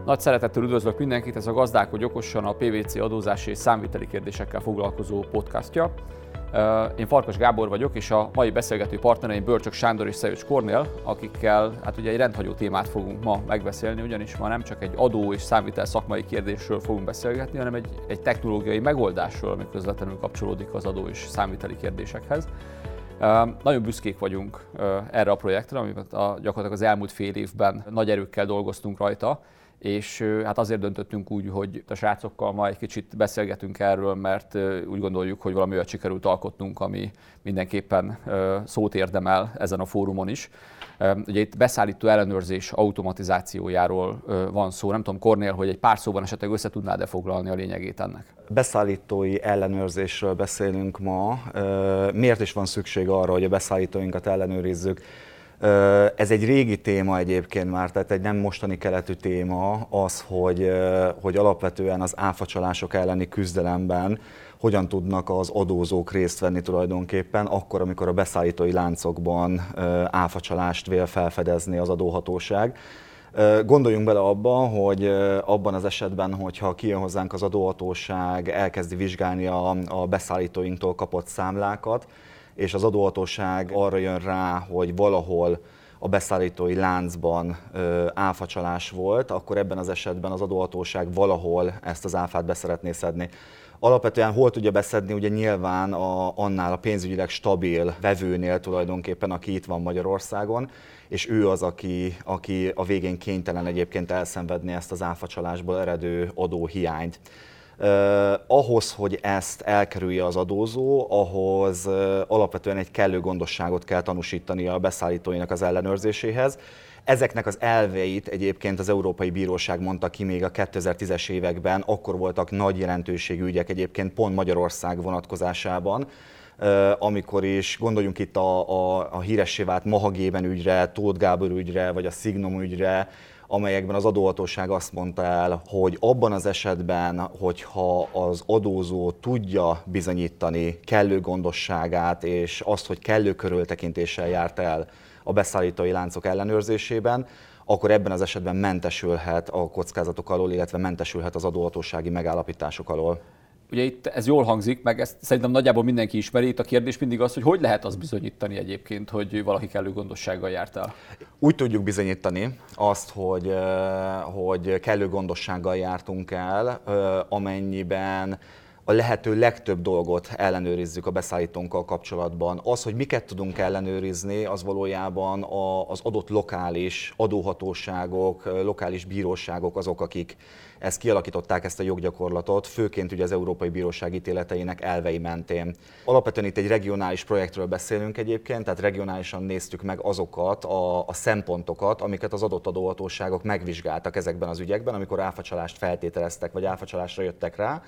Nagy szeretettel üdvözlök mindenkit, ez a Gazdálkodj okosan, a PVC adózási és számviteli kérdésekkel foglalkozó podcastja. Én Farkas Gábor vagyok, és a mai beszélgető partnereim Börcsök Sándor és Szejöcs Kornél, akikkel ugye egy rendhagyó témát fogunk ma megbeszélni, ugyanis ma nem csak egy adó és számvitel szakmai kérdésről fogunk beszélgetni, hanem egy technológiai megoldásról, ami közvetlenül kapcsolódik az adó és számviteli kérdésekhez. Nagyon büszkék vagyunk erre a projektre, amit gyakorlatilag az elmúlt fél évben nagy erőkkel dolgoztunk rajta, és hát azért döntöttünk úgy, hogy a srácokkal ma egy kicsit beszélgetünk erről, mert úgy gondoljuk, hogy valami olyat sikerült alkotnunk, ami mindenképpen szót érdemel ezen a fórumon is. Ugye itt beszállító ellenőrzés automatizációjáról van szó. Nem tudom, Kornél, hogy egy pár szóban esetleg össze tudnád-e foglalni a lényegét ennek? Beszállítói ellenőrzésről beszélünk ma. Miért is van szükség arra, hogy a beszállítóinkat ellenőrizzük? Ez egy régi téma egyébként már, tehát egy nem mostani keletű téma az, hogy alapvetően az áfacsalások elleni küzdelemben hogyan tudnak az adózók részt venni tulajdonképpen, akkor, amikor a beszállítói láncokban áfacsalást vél felfedezni az adóhatóság. Gondoljunk bele abba, hogy abban az esetben, hogyha kijön hozzánk az adóhatóság, elkezdi vizsgálni a beszállítóinktól kapott számlákat, és az adóhatóság arra jön rá, hogy valahol a beszállítói láncban áfacsalás volt, akkor ebben az esetben az adóhatóság valahol ezt az áfát be szeretné szedni. Alapvetően hol tudja beszedni, ugye nyilván annál a pénzügyileg stabil vevőnél tulajdonképpen, aki itt van Magyarországon, és ő az, aki a végén kénytelen egyébként elszenvedni ezt az áfacsalásból eredő adóhiányt. Ahhoz, hogy ezt elkerülje az adózó, ahhoz alapvetően egy kellő gondosságot kell tanúsítania a beszállítóinak az ellenőrzéséhez. Ezeknek az elveit egyébként az Európai Bíróság mondta ki még a 2010-es években, akkor voltak nagy jelentőségű ügyek egyébként pont Magyarország vonatkozásában, amikor is, gondoljunk itt a híressé vált Mahagében ügyre, Tóth Gábor ügyre, vagy a Signum ügyre, amelyekben az adóhatóság azt mondta el, hogy abban az esetben, hogyha az adózó tudja bizonyítani kellő gondosságát, és azt, hogy kellő körültekintéssel járt el a beszállítói láncok ellenőrzésében, akkor ebben az esetben mentesülhet a kockázatok alól, illetve mentesülhet az adóhatósági megállapítások alól. Ugye itt ez jól hangzik, meg ezt szerintem nagyjából mindenki ismeri. Itt a kérdés mindig az, hogy lehet azt bizonyítani egyébként, hogy valaki kellő gondossággal járt el. Úgy tudjuk bizonyítani azt, hogy kellő gondossággal jártunk el, amennyiben a lehető legtöbb dolgot ellenőrizzük a beszállítónkkal kapcsolatban. Az, hogy miket tudunk ellenőrizni, az valójában az adott lokális adóhatóságok, lokális bíróságok azok, akik ezt kialakították, ezt a joggyakorlatot, főként ugye az Európai Bíróság ítéleteinek elvei mentén. Alapvetően itt egy regionális projektről beszélünk egyébként, tehát regionálisan néztük meg azokat a szempontokat, amiket az adott adóhatóságok megvizsgáltak ezekben az ügyekben, amikor áfacsalást feltételeztek, vagy áfacsalásra jöttek rá,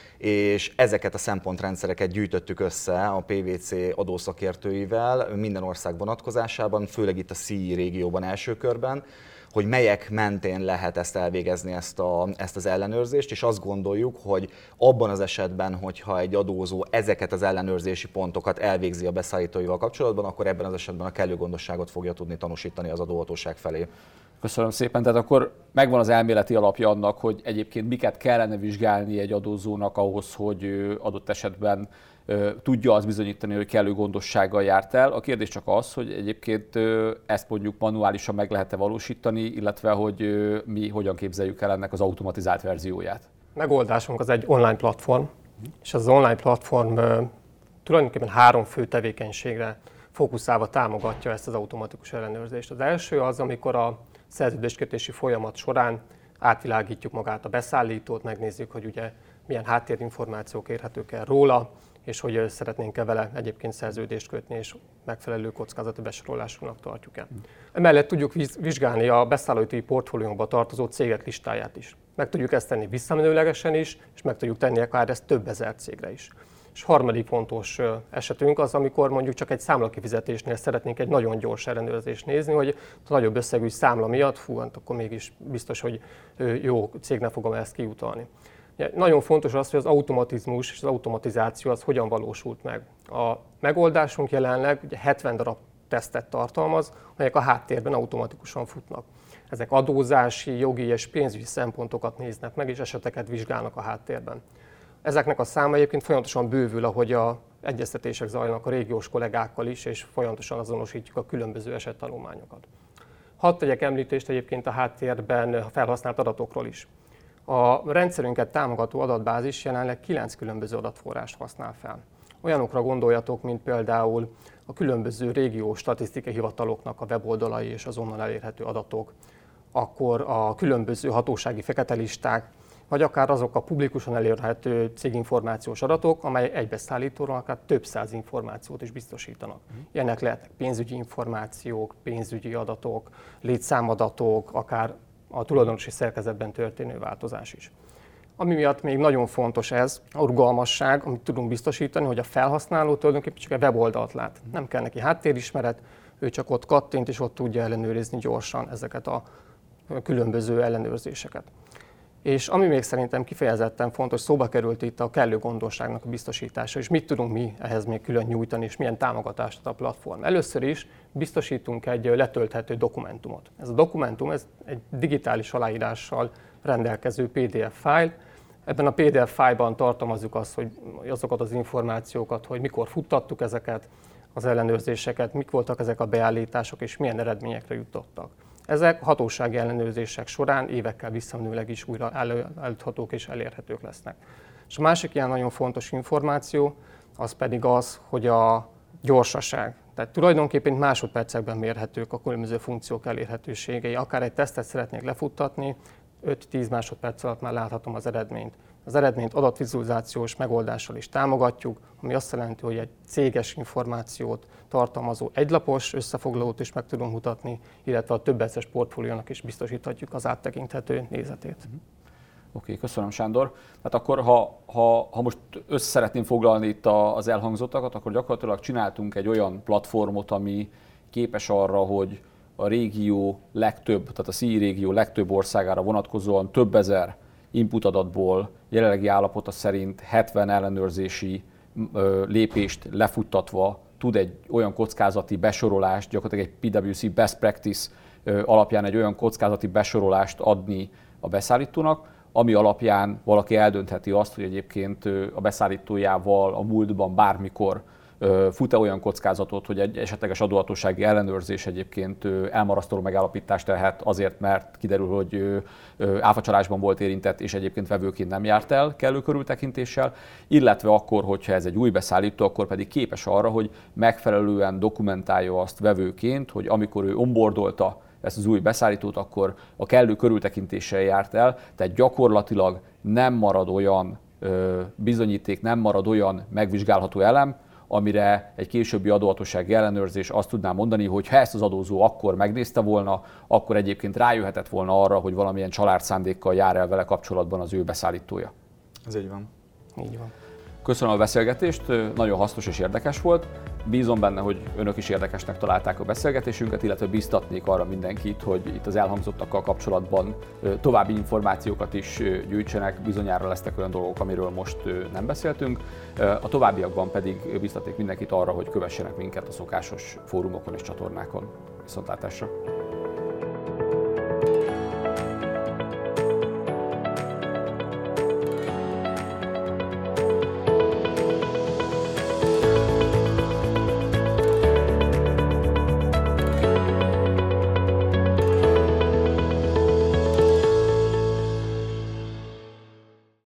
és ezeket a szempontrendszereket gyűjtöttük össze a PVC adószakértőivel minden ország vonatkozásában, főleg itt a CEE régióban első körben, hogy melyek mentén lehet ezt elvégezni, ezt az ellenőrzést, és azt gondoljuk, hogy abban az esetben, hogyha egy adózó ezeket az ellenőrzési pontokat elvégzi a beszállítóival kapcsolatban, akkor ebben az esetben a kellő gondosságot fogja tudni tanúsítani az adóhatóság felé. Köszönöm szépen. Tehát akkor megvan az elméleti alapja annak, hogy egyébként miket kellene vizsgálni egy adózónak ahhoz, hogy adott esetben tudja azt bizonyítani, hogy kellő gondossággal járt el. A kérdés csak az, hogy egyébként ezt mondjuk manuálisan meg lehet-e valósítani, illetve hogy mi hogyan képzeljük el ennek az automatizált verzióját. Megoldásunk az egy online platform, és az online platform tulajdonképpen 3 fő tevékenységre fókuszálva támogatja ezt az automatikus ellenőrzést. Az első az, amikor a szerződéskötési folyamat során átvilágítjuk magát a beszállítót, megnézzük, hogy ugye milyen háttérinformációk érhetők el róla, és hogy szeretnénk-e vele egyébként szerződést kötni, és megfelelő kockázati besorolásúnak tartjuk el. Emellett tudjuk vizsgálni a beszállítói portfóliónkba tartozó cégek listáját is. Meg tudjuk ezt tenni visszamenőlegesen is, és meg tudjuk tenni akár ezt több ezer cégre is. És harmadik fontos esetünk az, amikor mondjuk csak egy számlakifizetésnél szeretnénk egy nagyon gyors ellenőrzést nézni, hogy a nagyobb összegű számla miatt, hát akkor mégis biztos, hogy jó cégnek fogom ezt kiutalni. Nagyon fontos az, hogy az automatizmus és az automatizáció az hogyan valósult meg. A megoldásunk jelenleg ugye 70 darab tesztet tartalmaz, amelyek a háttérben automatikusan futnak. Ezek adózási, jogi és pénzügyi szempontokat néznek meg, és eseteket vizsgálnak a háttérben. Ezeknek a száma egyébként folyamatosan bővül, ahogy a egyeztetések zajlanak a régiós kollégákkal is, és folyamatosan azonosítjuk a különböző esettanulmányokat. Hadd tegyek említést egyébként a háttérben felhasznált adatokról is. A rendszerünket támogató adatbázis jelenleg 9 különböző adatforrást használ fel. Olyanokra gondoljatok, mint például a különböző régiós statisztikai hivataloknak a weboldalai és azonnal elérhető adatok, akkor a különböző hatósági fekete listák, vagy akár azok a publikusan elérhető céginformációs adatok, amely egybeszállítóról akár több száz információt is biztosítanak. Ilyenek lehetnek pénzügyi információk, pénzügyi adatok, létszámadatok, akár a tulajdonosi szerkezetben történő változás is. Ami miatt még nagyon fontos ez, a rugalmasság, amit tudunk biztosítani, hogy a felhasználó tulajdonképpen csak egy weboldalt lát. Nem kell neki háttérismeret, ő csak ott kattint, és ott tudja ellenőrizni gyorsan ezeket a különböző ellenőrzéseket. És ami még szerintem kifejezetten fontos, szóba került itt a kellő gondosságnak a biztosítása, és mit tudunk mi ehhez még külön nyújtani, és milyen támogatást ad a platform. Először is biztosítunk egy letölthető dokumentumot. Ez a dokumentum ez egy digitális aláírással rendelkező PDF fájl. Ebben a PDF fájlban tartalmazzuk azt, hogy azokat az információkat, hogy mikor futtattuk ezeket, az ellenőrzéseket, mik voltak ezek a beállítások, és milyen eredményekre jutottak. Ezek hatósági ellenőrzések során évekkel visszamenőleg is újra állíthatók és elérhetők lesznek. És a másik ilyen nagyon fontos információ, az pedig az, hogy a gyorsaság. Tehát tulajdonképpen másodpercekben mérhetők a különböző funkciók elérhetőségei. Akár egy tesztet szeretnék lefuttatni, 5-10 másodperc alatt már láthatom az eredményt. Az eredményt adatvizualizációs megoldással is támogatjuk, ami azt jelenti, hogy egy céges információt tartalmazó egylapos összefoglalót is meg tudunk mutatni, illetve a több ezer portfóliónak is biztosíthatjuk az áttekinthető nézetét. Oké, köszönöm Sándor. Tehát akkor, ha most össze szeretném foglalni itt az elhangzottakat, akkor gyakorlatilag csináltunk egy olyan platformot, ami képes arra, hogy a régió legtöbb, tehát a CI régió legtöbb országára vonatkozóan több ezer input adatból jelenlegi állapota szerint 70 ellenőrzési lépést lefuttatva tud egy olyan kockázati besorolást, gyakorlatilag egy PwC Best Practice alapján egy olyan kockázati besorolást adni a beszállítónak, ami alapján valaki eldöntheti azt, hogy egyébként a beszállítójával a múltban bármikor fut-e olyan kockázatot, hogy egy esetleges adóhatósági ellenőrzés egyébként elmarasztaló megállapítást tehet azért, mert kiderül, hogy áfacsalásban volt érintett, és egyébként vevőként nem járt el kellő körültekintéssel, illetve akkor, hogyha ez egy új beszállító, akkor pedig képes arra, hogy megfelelően dokumentálja azt vevőként, hogy amikor ő onboardolta ezt az új beszállítót, akkor a kellő körültekintéssel járt el, tehát gyakorlatilag nem marad olyan bizonyíték, nem marad olyan megvizsgálható elem, amire egy későbbi adóhatósági ellenőrzés azt tudná mondani, hogy ha ezt az adózó akkor megnézte volna, akkor egyébként rájöhetett volna arra, hogy valamilyen családszándékkal jár el vele kapcsolatban az ő beszállítója. Ez így van. Így van. Köszönöm a beszélgetést, nagyon hasznos és érdekes volt. Bízom benne, hogy önök is érdekesnek találták a beszélgetésünket, illetve biztatnék arra mindenkit, hogy itt az elhangzottakkal kapcsolatban további információkat is gyűjtsenek. Bizonyára lesznek olyan dolgok, amiről most nem beszéltünk. A továbbiakban pedig biztatnék mindenkit arra, hogy kövessenek minket a szokásos fórumokon és csatornákon. Viszontlátásra!